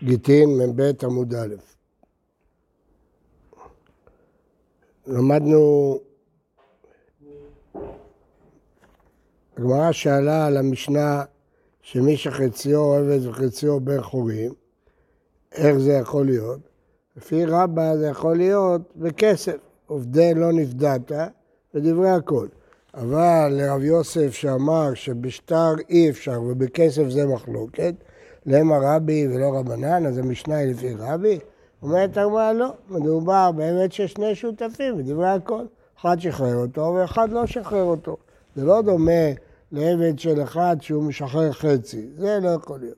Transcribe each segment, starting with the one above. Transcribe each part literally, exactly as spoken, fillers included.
גיטין מ"ב עמוד א'. למדנו, הגמרא שאלה על המשנה שמי שחציו עבד וחציו בן חורין, איך זה יכול להיות? לפי רבא זה יכול להיות בכסף, עובדי לא נפדעת ודברי הכל. אבל לרב יוסף שאמר שבשטר אי אפשר ובכסף זה מחלוקת, למה רבי ולא רבנן, אז המשנה היא לפי רבי? אומרת הגמרא לא, מדובר באמת ששני שותפים ודברי הכל. אחד שחרר אותו ואחד לא שחרר אותו. זה לא דומה לעבד של אחד שהוא משחרר חצי, זה לא יכול להיות.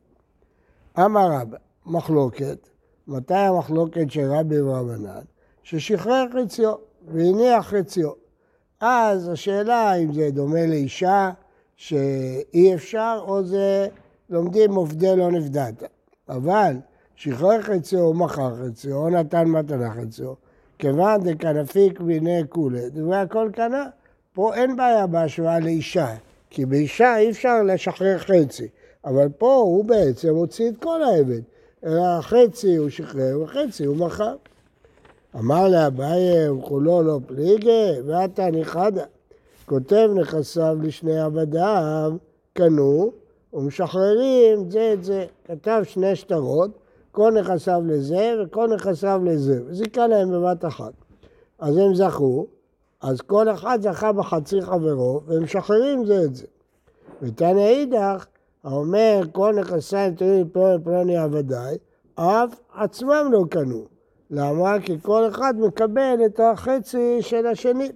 אמר רבא, מחלוקת, מתי המחלוקת של רבי ורבנן? ששחרר חציו והניח חציו. אז השאלה אם זה דומה לאישה שאי אפשר או זה לומדים עובדי לא נפדעת. אבל שחרר חציו או מכר חציו או נתן מתנה חציו, כיוון דקנפיק ביני כולי, דברי הכל קנה. פה אין בעיה בהשוואה לאישה, כי באישה אי אפשר לשחרר חצי, אבל פה הוא בעצם הוציא את כל העבד. אלא חצי הוא שחרר וחצי הוא מכר. אמר לאביי וכולו לא פליגי ואתה ניחדה. כותב נכסיו לשני עבדיו, קנו ומשחררים זה את זה. כתב שני שטרות, כל נכסיו לזה וכל נכסיו לזה. וזיקה להם בבת אחת. אז הם זכו, אז כל אחד זכה בחצי חברו והם משחררים זה את זה. ותנא אידך, האומר כל נכסיו תראו פלוני פלוני עבדיי, אף עצמם לא קנו. למה? כי כל אחד מקבל את החצי של השני.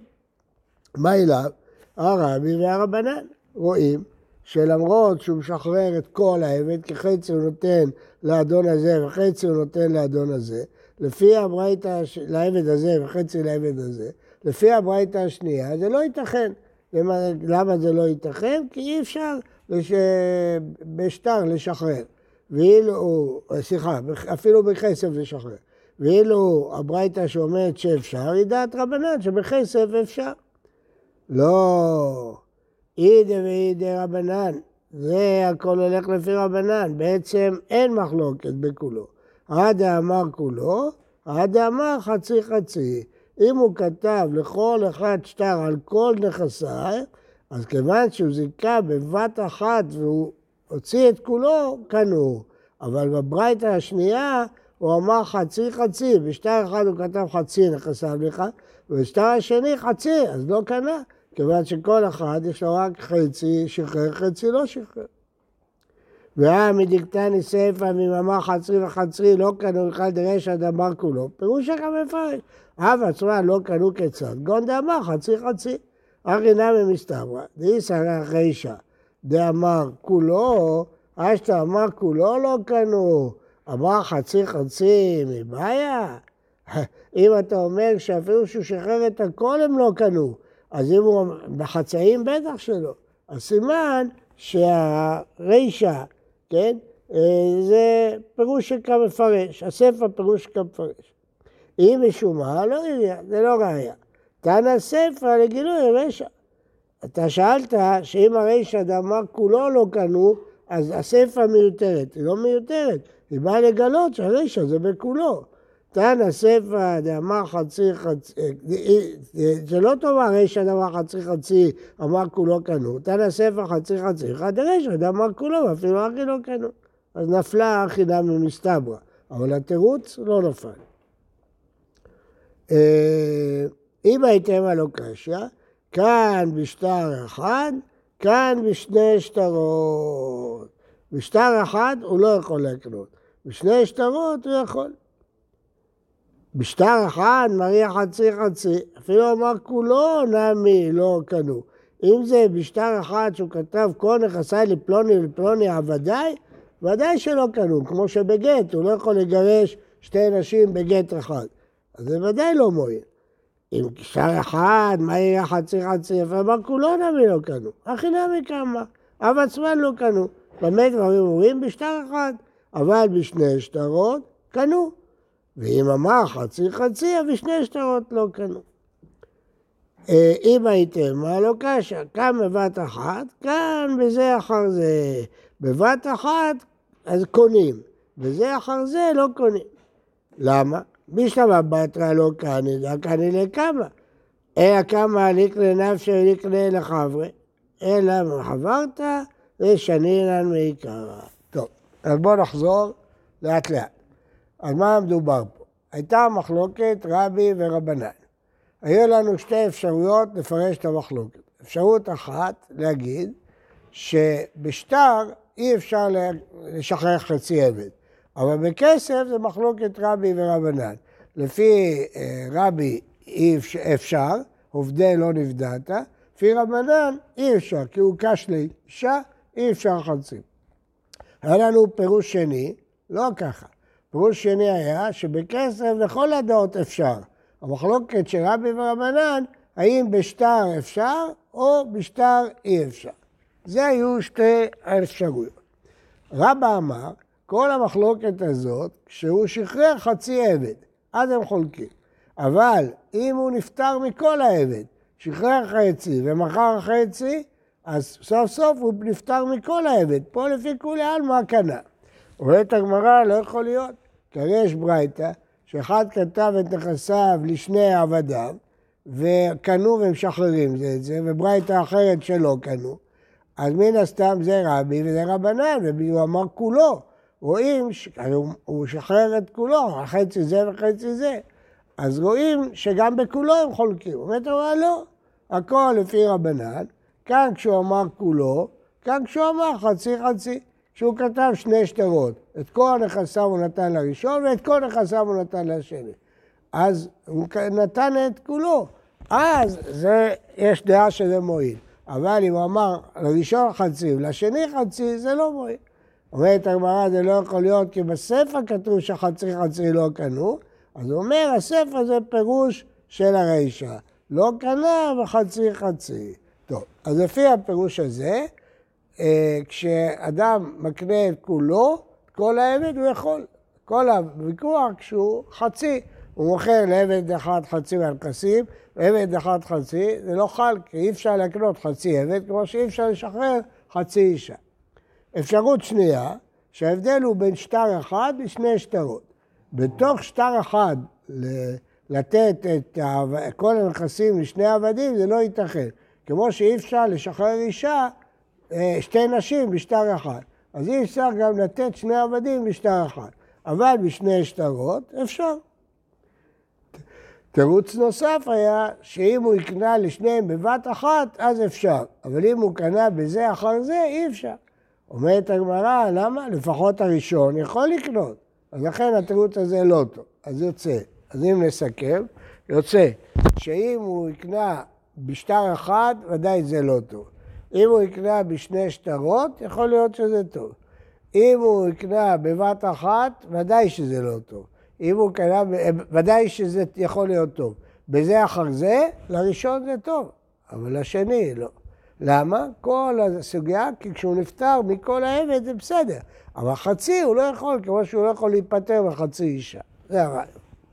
מה אליו? הרבי והרבנן רואים שלמרות שהוא משחרר את כל העבד, כי חצי הוא נותן לאדון הזה וחצי הוא נותן לאדון הזה, לפי הברייתא לעבד הזה וחצי לעבד הזה, לפי הברייתא השנייה זה לא ייתכן. למה זה לא ייתכן? כי אי אפשר לש... בשטר לשחרר. ואילו, סליחה, אפילו בכסף לשחרר. ואילו הברייתא שאומרת שאפשר, היא דעת רבנן שבכסף אפשר. לא, אידה ואידה רבנן, זה הכל הולך לפי רבנן, בעצם אין מחלוקת בכולו. עדה אמר כולו, עדה אמר חצי חצי. אם הוא כתב לכל אחד שטר על כל נכסיו, אז כיוון שהוא זיכה בבת אחת והוא הוציא את כולו, קנו. אבל בברייתא השנייה הוא אמר חצי חצי, בשטר אחד הוא כתב חצי נכסיו לך, ובשטר השני חצי, אז לא קנה. כיוון שכל אחד יש לו רק חצי שחרר, חצי לא שחרר. והמדיקתני ספר ממאמר חצי וחצי לא קנו אחד רשע דאמר כולו, פירוש גם מפרש. אב עצמה לא קנו כיצד, גון דאמר חצי חצי. אחי נמי מסתברא, דאיסרא רשע דאמר כולו, אשתא אמר כולו לא קנו. אמר חצי חצי מבעיה. אם אתה אומר שאפילו שהוא שחרר את הכל הם לא קנו, אז אם הוא בחצאים בטח שלא. אז סימן שהרישא, כן, זה פירוש כמפרש, הספר פירוש כמפרש. אם משומע, לא ראייה, זה לא ראייה. תנא ספר לגילוי רשע. אתה שאלת שאם הרישא דאמר כולו לא קנו, אז הספר מיותרת. היא לא מיותרת, היא באה לגלות שהרישא זה בכולו. תנא ספר דאמר חצי חצי, זה לא טוב הרישא דאמר חצי חצי, אמר כולו קנו. תנא ספר חצי חצי, אחד הרישא דאמר כולו, אפילו אחי לא קנו. אז נפלה אחי נמי מסתברא, אבל התירוץ לא נפל. אם הייתם הלא קשיא, כאן בשטר אחד, כאן בשני שטרות. בשטר אחד הוא לא יכול לקנות, בשני שטרות הוא יכול. בשטר אחד מריח חצי חצי, אפילו אמר כולו נמי לא קנו. אם זה בשטר אחד שהוא כתב כל נכסיי לפלוני ולפלוני עבדיי, ודאי שלא קנו, כמו שבגט הוא לא יכול לגרש שתי נשים בגט אחד. אז זה ודאי לא מועיל. אם בשטר אחד מריח חצי חצי, אפילו אמר כולו נמי לא קנו. אחי נמי כמה, אב עצמן לא קנו. באמת דברים אומרים בשטר אחד, אבל בשני שטרות קנו. ואם אמר חצי חצי, בשני שטרות לא קנו. אם הייתם, מה לא קשה? כאן בבת אחת, כאן בזה אחר זה. בבת אחת, אז קונים. וזה אחר זה לא קונים. למה? בשלמה בתרא לא קני, דקני לקמא. אלא קמא ליקנה נפשי וליקנה לחברי. אלא מחברת ושנינן מעיקרא. טוב, אז בואו נחזור לאט לאט. על מה מדובר פה? הייתה מחלוקת רבי ורבנן. היו לנו שתי אפשרויות לפרש את המחלוקת. אפשרות אחת להגיד שבשטר אי אפשר לשחרר חצי עבד, אבל בכסף זה מחלוקת רבי ורבנן. לפי רבי אי אפשר, עובדי לא נפדעת, לפי רבנן אי אפשר, כי הוא קש לאישה, אי אפשר חצי. היה לנו פירוש שני, לא ככה. פירוש שני היה שבכסף לכל הדעות אפשר. המחלוקת של רבי ורבנן, האם בשטר אפשר או בשטר אי אפשר. זה היו שתי האפשרויות. רבא אמר, כל המחלוקת הזאת, כשהוא שחרר חצי עבד, אז הם חולקים. אבל אם הוא נפטר מכל העבד, שחרר חצי ומכר חצי, אז סוף סוף הוא נפטר מכל העבד. פה לפי כולי עלמא קנה. אומרת הגמרא, לא יכול להיות. כי יש ברייתא, שאחד כתב את נכסיו לשני עבדיו, וקנו והם משחררים זה את זה, וברייתא אחרת שלא קנו. אז מן הסתם זה רבי וזה רבנן, והוא אמר כולו. רואים, הוא שחרר את כולו, חצי זה וחצי זה. אז רואים שגם בכולו הם חולקים. הוא אומר, לא, הכל לפי רבנן, כאן כשהוא אמר כולו, כאן כשהוא אמר חצי חצי. כשהוא כתב שני שטרות, את כל נכסיו הוא נתן לראשון ואת כל נכסיו הוא נתן לשני. אז הוא נתן את כולו. אז זה, יש דעה שזה מועיל. אבל אם הוא אמר לראשון חצי ולשני חצי, זה לא מועיל. אומרת הגמרא, זה לא יכול להיות, כי בספר כתוב שחצי חצי לא קנו, אז הוא אומר, הספר זה פירוש של הרישא. לא קנה וחצי חצי. טוב, אז לפי הפירוש הזה, כשאדם מקנה את כולו, כל העבד הוא יכול. כל הוויכוח כשהוא חצי, הוא מוכר לעבד אחד חצי מהנכסים, לעבד אחד חצי, זה לא חל, כי אי אפשר לקנות חצי עבד, כמו שאי אפשר לשחרר חצי אישה. אפשרות שנייה, שההבדל הוא בין שטר אחד לשני שטרות. בתוך שטר אחד לתת את כל הנכסים לשני עבדים, זה לא ייתכן. כמו שאי אפשר לשחרר אישה, שתי נשים בשטר אחד. אז אי אפשר גם לתת שני עבדים בשטר אחד. אבל בשני שטרות אפשר. תירוץ נוסף היה שאם הוא יקנה לשניהם בבת אחת, אז אפשר. אבל אם הוא קנה בזה אחר זה, אי אפשר. אומרת הגמרא, למה? לפחות הראשון יכול לקנות. אז לכן התירוץ הזה לא טוב. אז יוצא. אז אם נסכם, יוצא שאם הוא יקנה בשטר אחד, ודאי זה לא טוב. אם הוא יקנה בשני שטרות, יכול להיות שזה טוב. אם הוא יקנה בבת אחת, ודאי שזה לא טוב. אם הוא קנה, ודאי שזה יכול להיות טוב. בזה אחר זה, לראשון זה טוב, אבל לשני לא. למה? כל הסוגיה, כי כשהוא נפטר מכל העבד זה בסדר. אבל חצי הוא לא יכול, כמו שהוא לא יכול להיפטר מחצי אישה. זה הרעיון.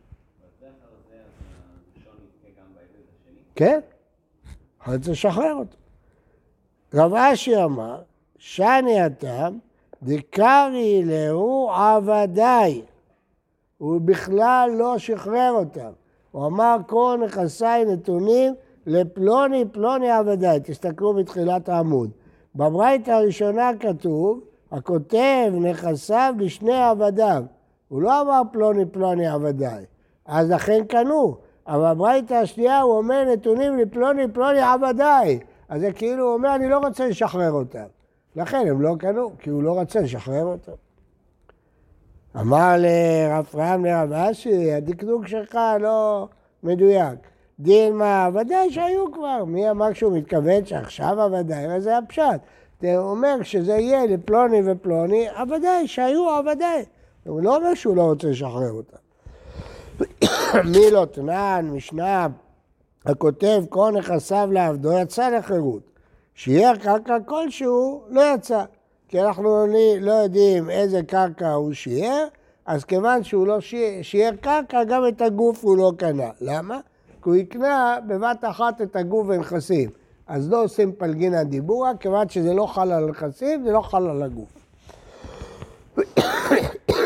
כן? חצי לשחרר אותו. רב אשי אמר, שני התם, דקרי להו עבדי. הוא בכלל לא שחרר אותם. הוא אמר, כל נכסיי נתונים לפלוני פלוני עבדי. תסתכלו בתחילת העמוד. בברייתא הראשונה כתוב, הכותב נכסיו לשני עבדיו. הוא לא אמר פלוני פלוני עבדי. אז לכן קנו. אבל בברייתא השנייה הוא אומר נתונים לפלוני פלוני עבדי. אז זה כאילו הוא אומר, אני לא רוצה לשחרר אותם. לכן הם לא קנו, כי הוא לא רוצה לשחרר אותם. אמר לרב אברהם לרב אשי, הדקדוק שלך לא מדויק. דילמה, ודאי שהיו כבר. מי אמר שהוא מתכוון שעכשיו הוודאי, זה הפשט. הוא אומר שזה יהיה לפלוני ופלוני, הוודאי שהיו הוודאי. הוא לא אומר שהוא לא רוצה לשחרר אותם. מי לא תנן, משנה, הכותב כל נכסיו לעבדו יצא לחירות. שיהיה קרקע כלשהו, לא יצא. כי אנחנו לא יודעים איזה קרקע הוא שיער, אז כיוון שהוא לא שיער קרקע, גם את הגוף הוא לא קנה. למה? כי הוא יקנה בבת אחת את הגוף ונכסים. אז לא עושים פלגינא דיבורא, כיוון שזה לא חל על הנכסים, זה לא חל על הגוף.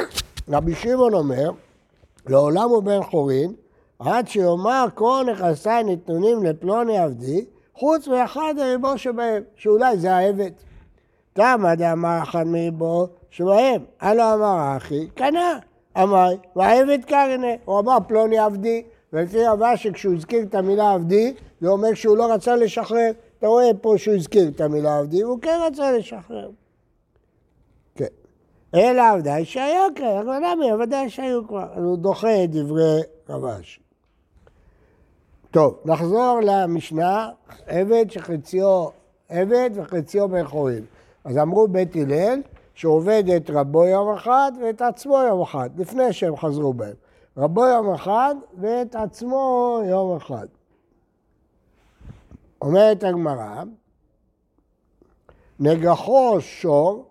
רבי שמעון אומר, לעולם הוא בן חורין, עד שיאמר כל נכסיי נתונים לפלוני עבדי, חוץ מאחד הריבו שבהם, שאולי זה העבד. תמה דאמר אחד מריבו שבהם, הלא אמר אחי, קנה, אמר, והעבד קרנה, הוא אמר פלוני עבדי, ולפי רבה שכשהוא הזכיר את המילה עבדי, זה אומר שהוא לא רצה לשחרר. אתה רואה פה שהוא הזכיר את המילה עבדי, והוא כן רצה לשחרר. כן. אלא עבדי שהיו כבר, אבל למה עבדי שהיו כבר? אז הוא דוחה את דברי רבש. טוב, נחזור למשנה, עבד שחציו עבד וחציו בן חורין. אז אמרו בית הלל שעובד את רבו יום אחד ואת עצמו יום אחד, לפני שהם חזרו בהם. רבו יום אחד ואת עצמו יום אחד. אומרת הגמרא, נגחו שור,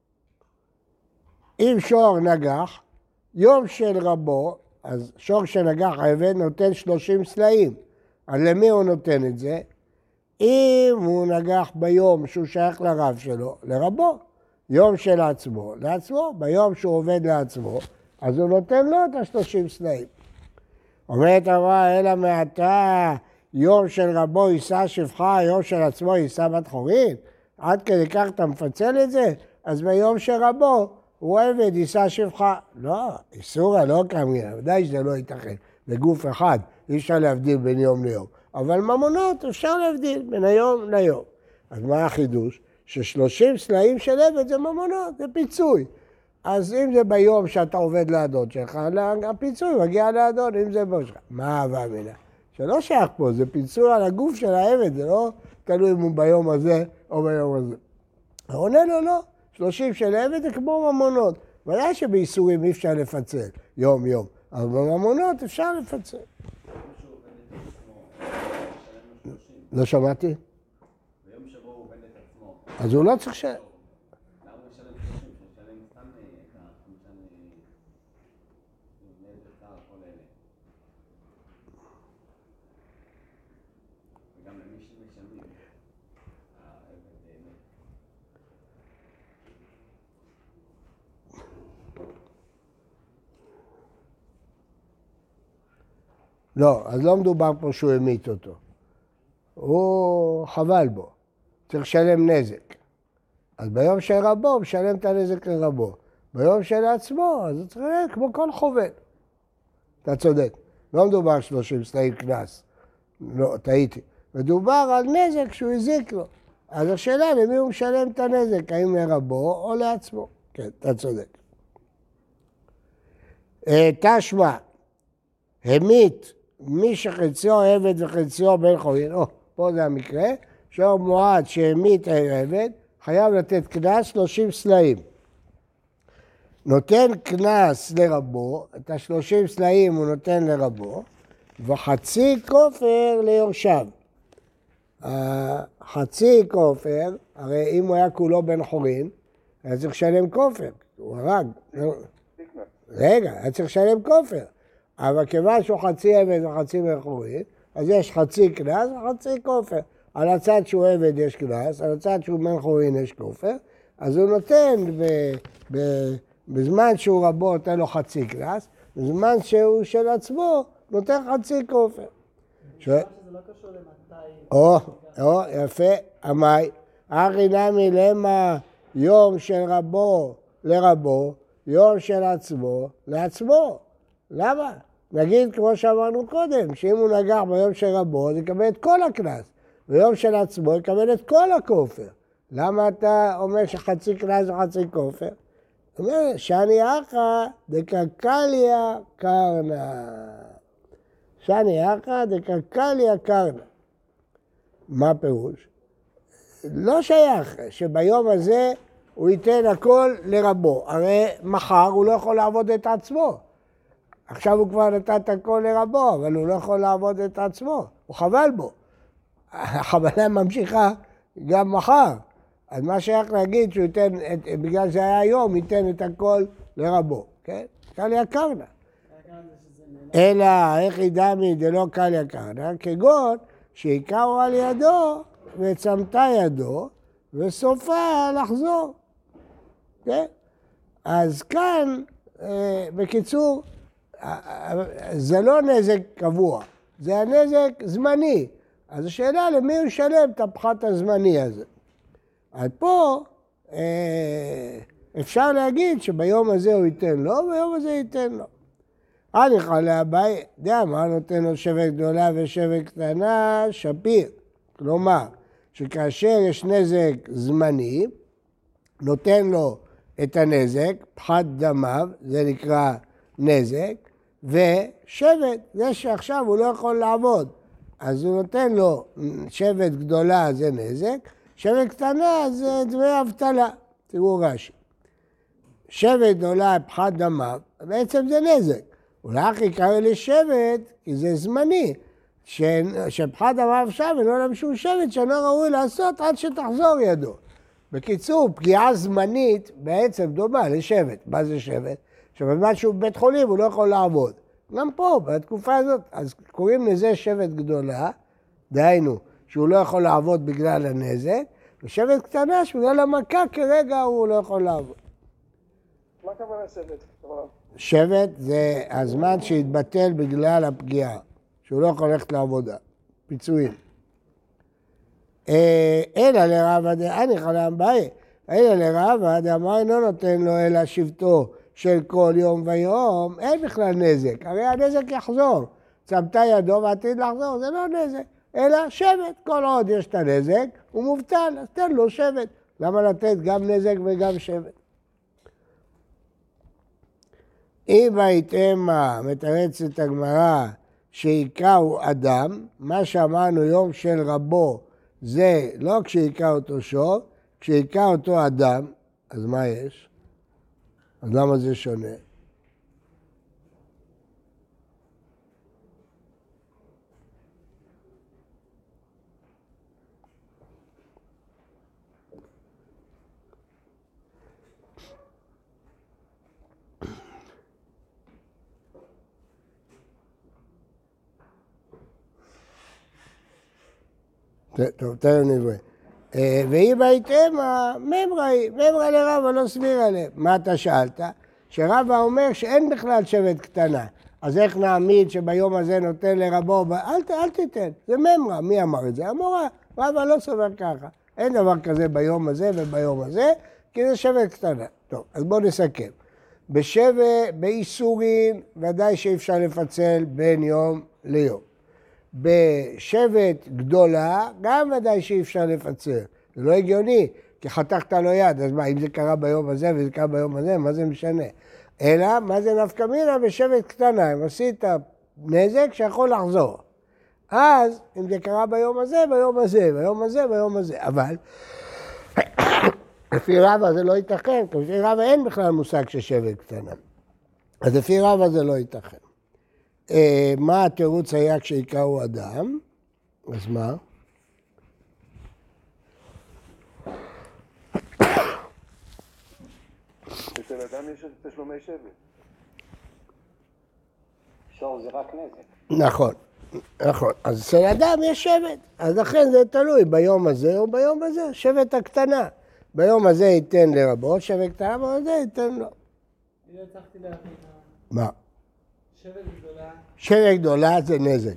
אם שור נגח, יום של רבו, אז שור שנגח העבד נותן שלושים סלעים. אז למי הוא נותן את זה? אם הוא נגח ביום שהוא שייך לרב שלו, לרבו, יום של עצמו, לעצמו, ביום שהוא עובד לעצמו, אז הוא נותן לו את השלושים סלעים. אומרת אמרה, אלא מעתה, יום של רבו יישא שפחה, יום של עצמו יישא בת חורין? עד כדי כך אתה מפצל את זה? אז ביום של רבו, הוא עבד יישא שפחה. לא, איסורה לא כאמרינא, ודאי שזה לא ייתכן. בגוף אחד, אי אפשר להבדיל בין יום ליום. אבל ממונות אפשר להבדיל בין היום ליום. אז מה החידוש? ששלושים סלעים של עבד זה ממונות, זה פיצוי. אז אם זה ביום שאתה עובד לאדון שלך, הפיצוי מגיע לאדון, אם זה ביום שלך. מה אהבה מינה? שלא שייך פה, זה פיצוי על הגוף של העבד, זה לא תלוי אם הוא ביום הזה או ביום הזה. עונה לו לא, שלושים של עבד זה כמו ממונות. ודאי שבאיסורים אי אפשר לפצל, יום יום, אבל בממונות אפשר לפצל. לא שמעתי? ביום שבו הוא עובד את עצמו. אז הוא לא צריך ש... למה הוא משלם שלושים? שמשלם סתם את החמישה נזק צער, כל אלה. וגם למי שמשלמים. לא, אז לא מדובר פה שהוא המית אותו. הוא חבל בו, צריך לשלם נזק. אז ביום של רבו הוא משלם את הנזק לרבו. ביום של עצמו, אז הוא צריך להיות כמו כל חובל. אתה צודק, לא מדובר שלושים סלעים קנס. לא, טעיתי. מדובר על נזק שהוא הזיק לו. אז השאלה למי הוא משלם את הנזק, האם לרבו או לעצמו. כן, אתה צודק. תשמע, המית מי שחציו עבד וחציו בן חורין. או, פה זה המקרה, שור מועד שהמית עבד, חייב לתת קנס שלושים סלעים. נותן קנס לרבו, את השלושים סלעים הוא נותן לרבו, וחצי כופר ליורשיו. חצי כופר, הרי אם הוא היה כולו בן חורין, היה צריך לשלם כופר, הוא הרג. רגע, היה צריך לשלם כופר. אבל כיוון שהוא חצי עבד וחצי בן חורין, אז יש חצי קנס וחצי כופר. על הצד שהוא עבד יש קנס, על הצד שהוא בן חורין יש כופר, אז הוא נותן ב, ב, בזמן שהוא רבו נותן לו חצי קנס, בזמן שהוא של עצמו נותן חצי כופר. ש... זה לא קשור למתי... או, או, יפה, עמי, אחי נמי למה יום של רבו לרבו, יום של עצמו לעצמו. למה? נגיד, כמו שאמרנו קודם, שאם הוא נגח ביום של רבו, אז יקבל את כל הקנס. ביום של עצמו יקבל את כל הכופר. למה אתה אומר שחצי קנס וחצי כופר? זאת אומרת, שאני אחא דקקליה קרנה. שאני אחא דקקליה קרנה. מה הפירוש? לא שייך שביום הזה הוא ייתן הכל לרבו. הרי מחר הוא לא יכול לעבוד את עצמו. עכשיו הוא כבר נתן את הכל לרבו, אבל הוא לא יכול לעבוד את עצמו. הוא חבל בו. החבלה ממשיכה גם מחר. אז מה שייך להגיד שהוא ייתן, את, בגלל זה היה היום, ייתן את הכל לרבו. כן? קליה קרנה. אלא, איך ידמי דלא קליה קרנה, כגון שעיקרו על ידו וצמתה ידו וסופה לחזור. כן? אז כאן בקיצור, זה לא נזק קבוע, זה הנזק זמני. אז השאלה למי הוא ישלם את הפחת הזמני הזה. אז פה אפשר להגיד שביום הזה הוא ייתן לו, וביום הזה ייתן לו. אני חלה הבאי, יודע מה נותן לו שבט גדולה ושבט קטנה, שפיר. כלומר, שכאשר יש נזק זמני, נותן לו את הנזק, פחת דמיו, זה נקרא נזק, ושבט, זה שעכשיו הוא לא יכול לעבוד. אז הוא נותן לו שבט גדולה זה נזק, שבט קטנה זה דמי אבטלה. תראו רש"י. שבט גדולה פחת דמיו, בעצם זה נזק. אולי הכי קרא לי שבט, כי זה זמני, ש... שפחת דמיו עכשיו אינו להם שום שבט שאינו ראוי לעשות עד שתחזור ידו. בקיצור, פגיעה זמנית בעצם דומה לשבט. מה זה שבט? שבזמן שהוא בבית חולים הוא לא יכול לעבוד. גם פה, בתקופה הזאת, אז קוראים לזה שבט גדולה, דהיינו, שהוא לא יכול לעבוד בגלל הנזק, ושבט קטנה שבגלל המכה כרגע הוא לא יכול לעבוד. מה כוונה שבט? שבט זה הזמן שהתבטל בגלל הפגיעה, שהוא לא יכול ללכת לעבודה, פיצויים. אלא לרבא דאני חלם באי, אלא לרבא דאמר אינו נותן לו אלא שבטו של כל יום ויום, אין בכלל נזק, הרי הנזק יחזור, צמתה ידו ועתיד לחזור, זה לא נזק, אלא שבט, כל עוד יש את הנזק, הוא מובטל, אז תן לו שבט, למה לתת גם נזק וגם שבט? אם הייתם מתרצת הגמרא שיקראו אדם, מה שאמרנו יום של רבו, זה לא כשיקרא אותו שור, כשיקרא אותו אדם, אז מה יש? אז למה זה שונה? טוב, תראה נברא. ואם הייתם, ממרא היא, ממרא לרבא לא סבירה להם. מה אתה שאלת? שרבא אומר שאין בכלל שבט קטנה. אז איך נעמיד שביום הזה נותן לרבו? אל, אל תיתן, זה ממרא. מי אמר את זה? המורה. רבא לא סובר ככה. אין דבר כזה ביום הזה וביום הזה, כי זה שבט קטנה. טוב, אז בואו נסכם. בשבט, באיסורים, ודאי שאי אפשר לפצל בין יום ליום. בשבט גדולה, גם ודאי שאי אפשר לפצל. זה לא הגיוני, כי חתכת לו יד, אז מה, אם זה קרה ביום הזה וזה קרה ביום הזה, מה זה משנה? אלא, מה זה נפקא מינה בשבט קטנה, אם עשית נזק שיכול לחזור. אז, אם זה קרה ביום הזה, ביום הזה, ביום הזה, ביום הזה. אבל, לפי רבא זה לא ייתכן, כי לפי רבא אין בכלל מושג של שבט קטנה. אז לפי רבא זה לא ייתכן. מה התירוץ היה כשיקראו אדם? אז מה? אצל אדם יש תשלומי שבט. שור זה רק נזק. נכון, נכון. אז אצל אדם יש שבט. אז לכן זה תלוי ביום הזה או ביום הזה. שבט הקטנה. ביום הזה ייתן לרבות, שבט קטנה, ביום הזה ייתן לו. אני לא הצלחתי להבין. מה? שבט גדולה. שבט גדולה זה נזק.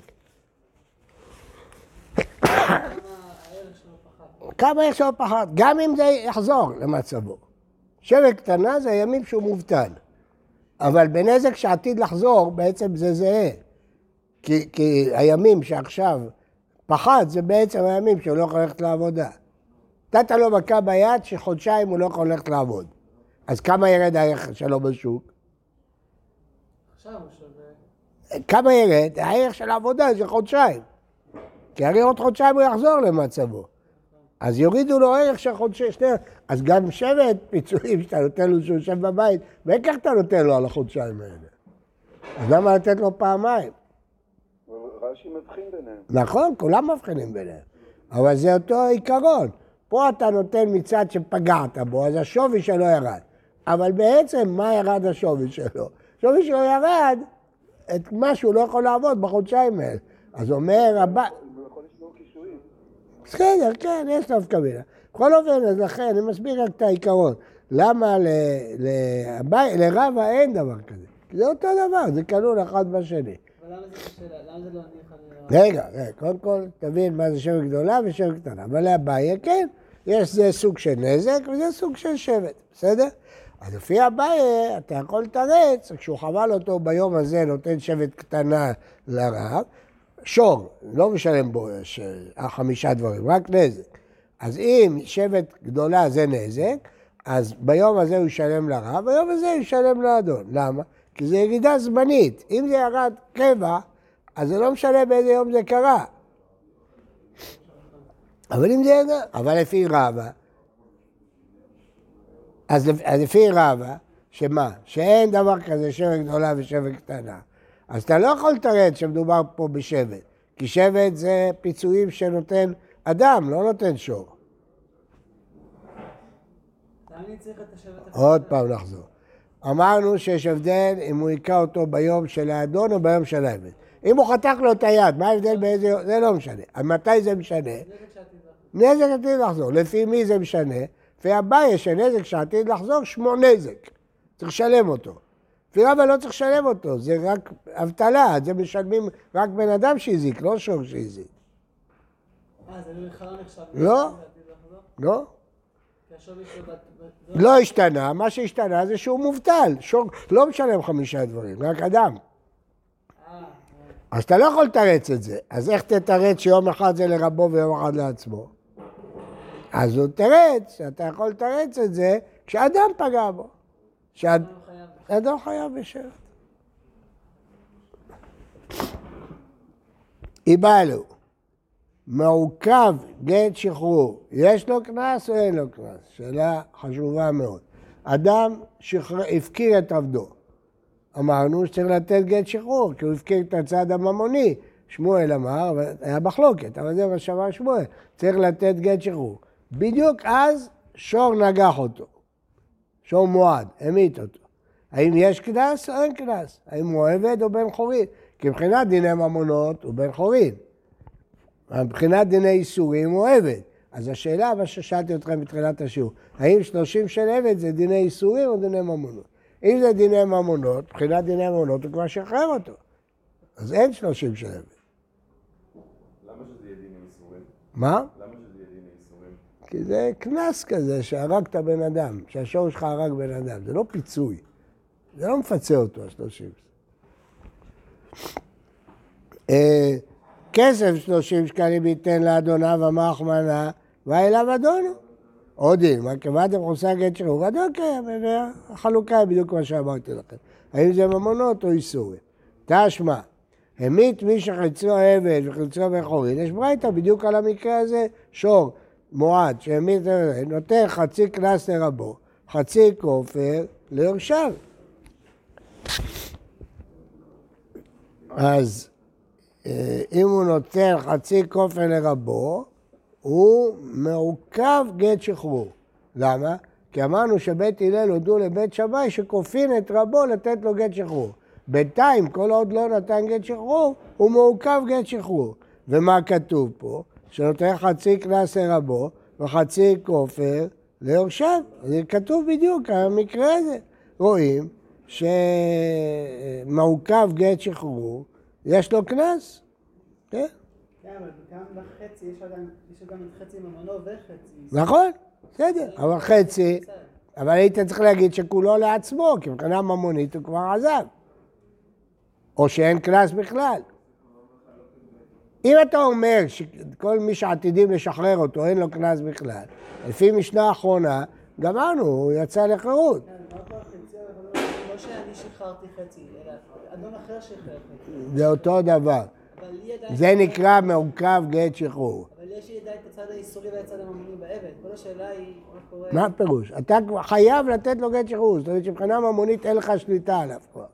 כמה הערך שלו פחת? כמה הערך שלו פחת? גם אם זה יחזור למצבו. שבט קטנה זה הימים שהוא מובטל. אבל בנזק שעתיד לחזור בעצם זה זהה. כי, כי הימים שעכשיו פחת זה בעצם הימים שהוא לא יכול ללכת לעבודה. נתת לו מכה ביד שחודשיים הוא לא יכול ללכת לעבוד. אז כמה ירד הערך שלו בשוק? עכשיו הוא שווה. כמה ירד? הערך של העבודה זה חודשיים. כי הרי עוד חודשיים הוא יחזור למצבו. אז יורידו לו ערך של חודשיים. אז גם שבט פיצויים שאתה נותן לו שהוא יושב בבית, ואין כך אתה נותן לו על החודשיים האלה. אז למה לתת לו פעמיים? רש"י מבחין ביניהם. נכון, כולם מבחינים ביניהם. אבל זה אותו עיקרון. פה אתה נותן מצד שפגעת בו, אז השווי שלו ירד. אבל בעצם מה ירד השווי שלו? השווי שלו ירד את מה שהוא לא יכול לעבוד בחודשיים האלה. אז אומר הבא... הוא יכול לשמור קישואים. בסדר, כן, יש לו כבילה. בכל אופן, אז לכן, אני מסביר רק את העיקרון. למה ל- לאביי- לרבא אין דבר כזה? כי זה אותו דבר, זה כלול אחד בשני. אבל למה זה קשה לה? למה זה לא הניח על... רגע, רגע, קודם כל תבין מה זה שבת גדולה ושבת קטנה. אבל לאביי כן, יש זה סוג של נזק וזה סוג של שבט, בסדר? אז לפי אביי אתה יכול לתרץ, כשהוא חבל אותו ביום הזה נותן שבט קטנה לרב, שור, לא משלם בו ש- חמישה דברים, רק נזק. אז אם שבט גדולה זה נזק, אז ביום הזה הוא ישלם לרב, ביום הזה הוא ישלם לאדון. למה? כי זה ירידה זמנית. אם זה ירד קבע, אז זה לא משנה באיזה יום זה קרה. אבל אם זה ירד, אבל לפי רבא, אז לפ- אז לפי רבא, שמה? שאין דבר כזה שבט גדולה ושבט קטנה. אז אתה לא יכול לתרץ שמדובר פה בשבט, כי שבט זה פיצויים שנותן אדם, לא נותן שור. למה אני צריך את השבט? עוד פעם נחזור. אמרנו שיש הבדל אם הוא היכה אותו ביום של האדון או ביום של העבד. אם הוא חתך לו את היד, מה ההבדל באיזה יום? זה לא משנה. אז מתי זה משנה? נזק שעתיד לך. נזק עתיד לחזור. לפי מי זה משנה? לפי אביי שנזק שעתיד לחזור שמו נזק. צריך לשלם אותו. לפי רבא לא צריך לשלם אותו, זה רק אבטלה, זה משלמים רק בן אדם שהזיק, לא שור שהזיק. אה, זה בכלל לא נחשב. לא. נזק שעתיד לחזור? לא? כי השווי שלו בת... לא השתנה, מה שהשתנה זה שהוא מובטל. שור לא משלם חמישה דברים, רק אדם. אה, אז אתה לא יכול לתרץ את זה. אז איך תתרץ שיום אחד זה לרבו ויום אחד לעצמו? אז הוא תרץ, אתה יכול לתרץ את זה כשאדם פגע בו. כשאד... לא חייב. אדם חייב בשבט. איבאלו, מעוכב גט שחרור, יש לו קנס או אין לו קנס? שאלה חשובה מאוד. אדם שחר... הפקיר את עבדו. אמרנו שצריך לתת גט שחרור, כי הוא הפקיר את הצד הממוני. שמואל אמר, היה מחלוקת, אבל זה מה שאמר שמואל, צריך לתת גט שחרור. בדיוק אז שור נגח אותו, שור מועד, המית אותו. האם יש קנס או אין קנס? האם הוא עבד או בן חורין? כי מבחינת דיני ממונות הוא בן חורין. מבחינת דיני איסורים הוא עבד. אז השאלה, מה ששאלתי אתכם בתחילת השיעור, האם שלושים של עבד זה דיני איסורים או דיני ממונות? אם זה דיני ממונות, מבחינת דיני ממונות הוא כבר שחרר אותו. אז אין שלושים של עבד. למה שזה יהיה דיני איסורים? מה? למה שזה יהיה דיני איסורים? כי זה קנס כזה שהרגת בן אדם, שהשור שלך הרג בן אדם, זה לא פיצוי. זה לא מפצה אותו, השלושים. כסף שלושים שקלים ייתן לאדוניו המחמנה, ואליו אדונו. עוד דין, מה כבאתם חוסה גט שחרור, אדון קיים, והחלוקה היא בדיוק מה שאמרתי לכם. האם זה ממונות או איסורים? תשמע, המית מי שחציו עבד וחציו בן חורין, יש ברייתא בדיוק על המקרה הזה, שור מועד שהמית נותן חצי קנס לרבו, חצי כופר ליורשיו. אז אם הוא נותן חצי כופר לרבו, הוא מעוכב גט שחרור. למה? כי אמרנו שבית הלל הודו לבית שמאי שכופין את רבו לתת לו גט שחרור. בינתיים, כל עוד לא נתן גט שחרור, הוא מעוכב גט שחרור. ומה כתוב פה? שנותן חצי קנס לרבו וחצי כופר ליורשיו. זה כתוב בדיוק על המקרה הזה. רואים שמעוכב גט שחרור, יש לו קנס. כן? כן, אבל גם בחצי יש עדיין, יש עדיין חצי ממונו וחצי. נכון, בסדר, אבל חצי, אבל היית צריך להגיד שכולו לעצמו, כי מבחינה ממונית הוא כבר עזב. או שאין קנס בכלל. אם אתה אומר שכל מי שעתידים לשחרר אותו, אין לו קנס בכלל, לפי משנה האחרונה, גמרנו, הוא יצא לחירות. לא שאני שחררתי חצי, אלא אדון אחר שחרר חצי. זה אותו דבר. אבל לי עדיין... זה נקרא מעוכב גט שחרור. אבל יש לי עדיין את הצד האיסורי והצד הממוני בעבד. כל השאלה היא, מה קורה... מה הפירוש? אתה חייב לתת לו גט שחרור, זאת אומרת שמבחינה ממונית אין לך שליטה עליו כבר.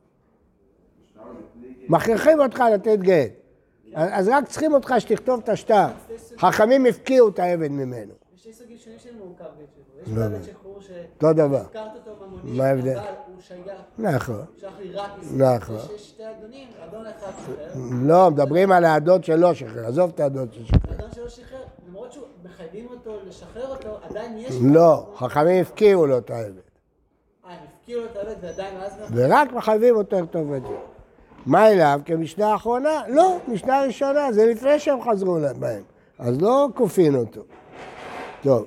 מכריחים אותך לתת גט. אז רק צריכים אותך שתכתוב את השטר. חכמים הפקיעו את העבד ממנו. יש שני סוגים שונים של מעוכב גט שחרור. יש גט שחרור אותו דבר. שהזכרת אותו ממוני, מה ההבדל? אבל הוא שייך. נכון. שייך לי רק איסורי. נכון. יש שתי אדונים, אדון אחד שחרר. לא, מדברים על האדון שלא שחרר, עזוב את האדון ששחרר. האדון שלא שחרר, למרות שהוא מחייב מחייבים אותו לשחרר אותו, עדיין יש... לא, חכמים הפקירו לו את העבד. אה, הם הפקירו לו את העבד ועדיין אז... ורק מחייבים אותו לכתוב את זה. מה אליו? כמשנה האחרונה? לא, משנה ראשונה, זה לפני שהם חזרו בהם. אז לא כופין אותו. טוב.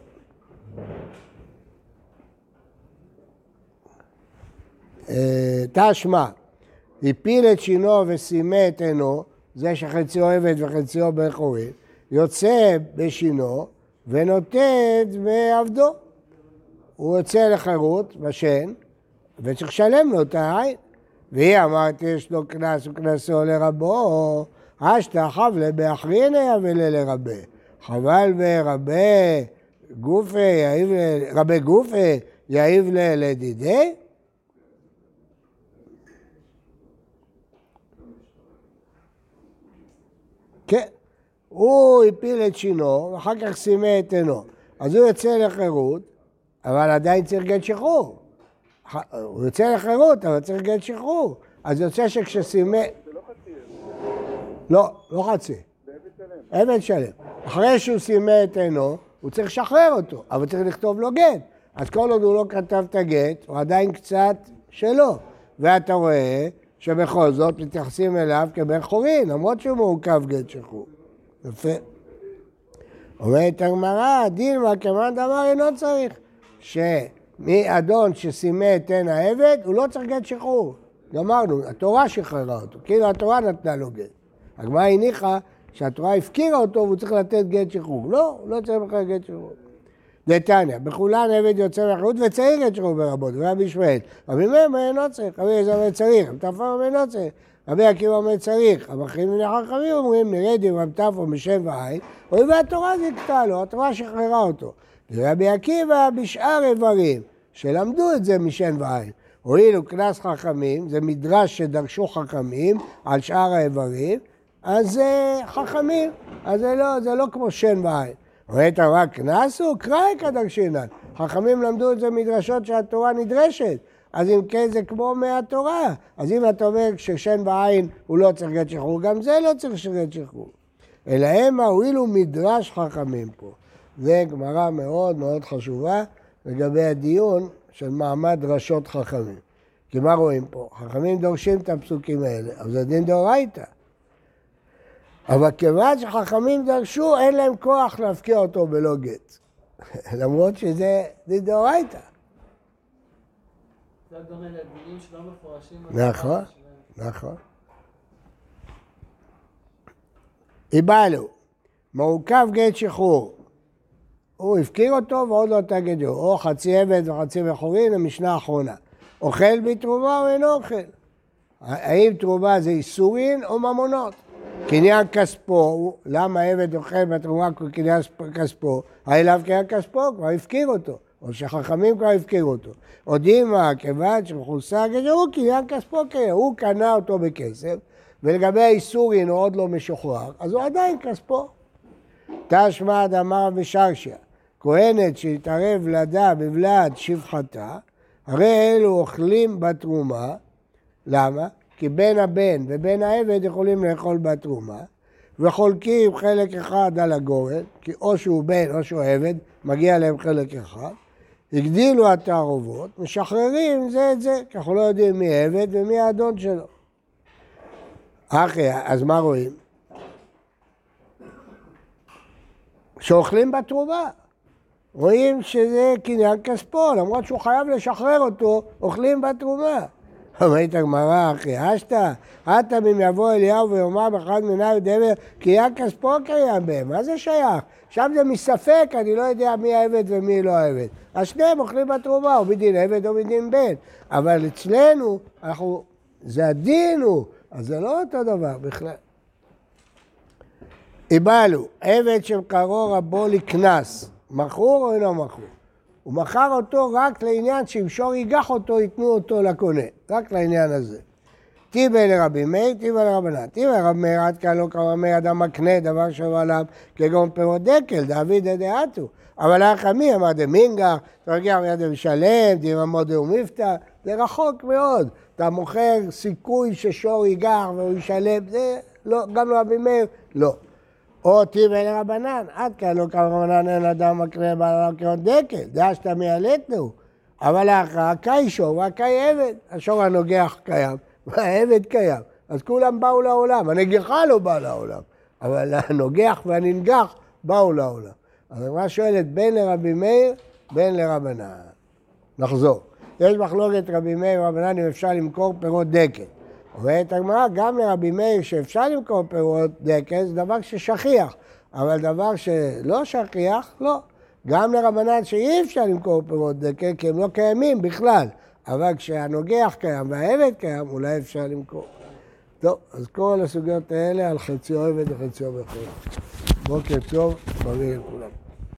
תשמע, הפיל את שינו וסימא את עינו, זה שחציו עבד וחציו בן חורין, יוצא בשינו ונותן בעבדו. הוא יוצא לחירות בשן, וצריך לשלם לו את העין. והיא אמרת, יש לו קנס וקנסו לרבו, אשתא חבלה באחריניה ולרבה. חבל ורבה גופה, יעיב, רבה גופה, יעיב לדידי. כן, הוא הפיל את שינו, ואחר כך סימא את עינו. אז הוא יוצא לחירות, אבל עדיין צריך גט שחרור. הוא יוצא לחירות, אבל צריך גט שחרור. אז יוצא שכשסימא... זה לא חצי לא, לא חצי. זה עבד שלם. עבד שלם. אחרי שהוא סימא את עינו, הוא צריך לשחרר אותו, אבל צריך לכתוב לו גט. אז כל עוד הוא לא כתב את הגט, הוא עדיין קצת שלו. ואתה רואה שבכל זאת מתייחסים אליו כבן חורין, למרות שהוא מעוכב גט שחרור. יפה. אומרת הגמרא, דילמה כמאן דאמר אינו צריך, שמאדון שסימא את עין העבד, הוא לא צריך גט שחרור. גמרנו, התורה שחררה אותו, כאילו התורה נתנה לו גט. הגמרא הניחה שהתורה הפקירה אותו והוא צריך לתת גט שחרור. לא, הוא לא צריך בכלל גט שחרור. דתניא, בכולן עבד יוצא לחירות וצריך גט שחרור ברבות, ורבי ישמעאל. רבי מאיר אינו צריך, רבי אליעזר אומר צריך, רבי טרפון אומר אינו צריך. רבי עקיבא אומר צריך, המחרים מן החכמים אומרים נרד עם רבי טרפון בשן ועין, הואיל והתורה זיכתה לו, התורה שחררה אותו. ורבי עקיבא בשאר איברים, שלמדו את זה משן ועין. הואיל הוא קנס חכמים, זה מדרש שדרשו חכמים על שאר האיברים, אז זה חכמים, אז זה לא, זה לא כמו שן ועין. אומרת הרב, קנס הוא? קראי כדרשינן. חכמים למדו את זה מדרשות שהתורה נדרשת. אז אם כן זה כמו מהתורה. אז אם אתה אומר ששן ועין הוא לא צריך גט שחרור, גם זה לא צריך גט שחרור. אלא המה הואילו מדרש חכמים פה. זה גמרא מאוד מאוד חשובה לגבי הדיון של מעמד דרשות חכמים. כי מה רואים פה? חכמים דורשים את הפסוקים האלה, אבל זה דין דאורייתא. אבל כיוון שחכמים דרשו, אין להם כוח להפקיע אותו בלא גט. למרות שזה דין דאורייתא. זה דומה לדינים שלא מפורשים. נכון, נכון. איבלו, מעוכב גט שחרור. הוא הפקיר אותו ועוד לא תגדו, או חצי עבד וחצי בחורין, המשנה האחרונה. אוכל בתרומה או אינו אוכל? האם תרומה זה איסורין או ממונות? קניין כספו, למה עבד אוכל בתרומה קניין כספו? האליו קניין כספו, כבר הפקיר אותו, או שחכמים כבר הפקירו אותו. או דימה, כיוון שמחוסה גדו, הוא קניין כספו קניין, הוא קנה אותו בכסף, ולגבי האיסורין הוא עוד לא משוחרר, אז הוא עדיין כספו. תשמע דאמר בשרשיה, כהנת שהתערב לדה בבלעד שפחתה, הרי אלו אוכלים בתרומה, למה? כי בין הבן ובין העבד יכולים לאכול בתרומה, וחולקים חלק אחד על הגורן, כי או שהוא בן או שהוא עבד, מגיע להם חלק אחד, הגדילו התערובות, משחררים זה את זה, כי אנחנו לא יודעים מי עבד ומי האדון שלו. אחי, אז מה רואים? שאוכלים בתרומה. רואים שזה קניין כספו, למרות שהוא חייב לשחרר אותו, אוכלים בתרומה. אומרת הגמרא, אחי, אשתא, אתה אם יבוא אליהו ויאמר באחד מיני דבר, קניין כספו קיים בהם, מה זה שייך? שם זה מספק, אני לא יודע מי העבד ומי לא העבד. אז שניהם אוכלים בתרומה, או בדין עבד או בדין בן. אבל אצלנו, אנחנו, זה הדין הוא, אז זה לא אותו דבר בכלל. איבלו, עבד שמקרו רבו לקנס, מכור או אינו מכור? הוא מכר אותו רק לעניין שאם שור ייגח אותו, ייתנו אותו לקונה, רק לעניין הזה. טיבה לרבי מאיר, טיבה לרבנן. טיבה לרבי מאיר, עד כאן לא קרא מאיר אדם מקנה, דבר שבא עליו כגון פירות דקל, דוד דעתו. אבל החמי אמר דמינגר, תרגיע מיד ומשלם, דירה מודה ומפתע, זה רחוק מאוד. אתה מוכר סיכוי ששור ייגח והוא ישלם, זה לא, גם לרבי מאיר, לא. או טיב אלה רבנן, עד כאן לא קרא רבנן אין אדם מקנה בעל עולם כהון דקל, דעה שאתה מיילתנו, אבל ההכרעה קאי שור והקאי עבד, השור הנוגח קיים והעבד קיים, אז כולם באו לעולם, הנגיחה לא באה לעולם, אבל הנוגח והננגח באו לעולם. אז הגמרא שואלת בין לרבי מאיר, בין לרבנן. נחזור. יש מחלוקת רבי מאיר ורבנן אם אפשר למכור פירות דקל. אומרת הגמרא, גם לרבי מאיר שאפשר למכור פירות דקל זה דבר ששכיח, אבל דבר שלא שכיח, לא. גם לרבנן שאי אפשר למכור פירות דקל כי הם לא קיימים בכלל, אבל כשהנוגח קיים והעבד קיים, אולי אפשר למכור. טוב, אז כל הסוגיות האלה על חציו עבד וחציו בכור. בוקר טוב, בריא לכולם.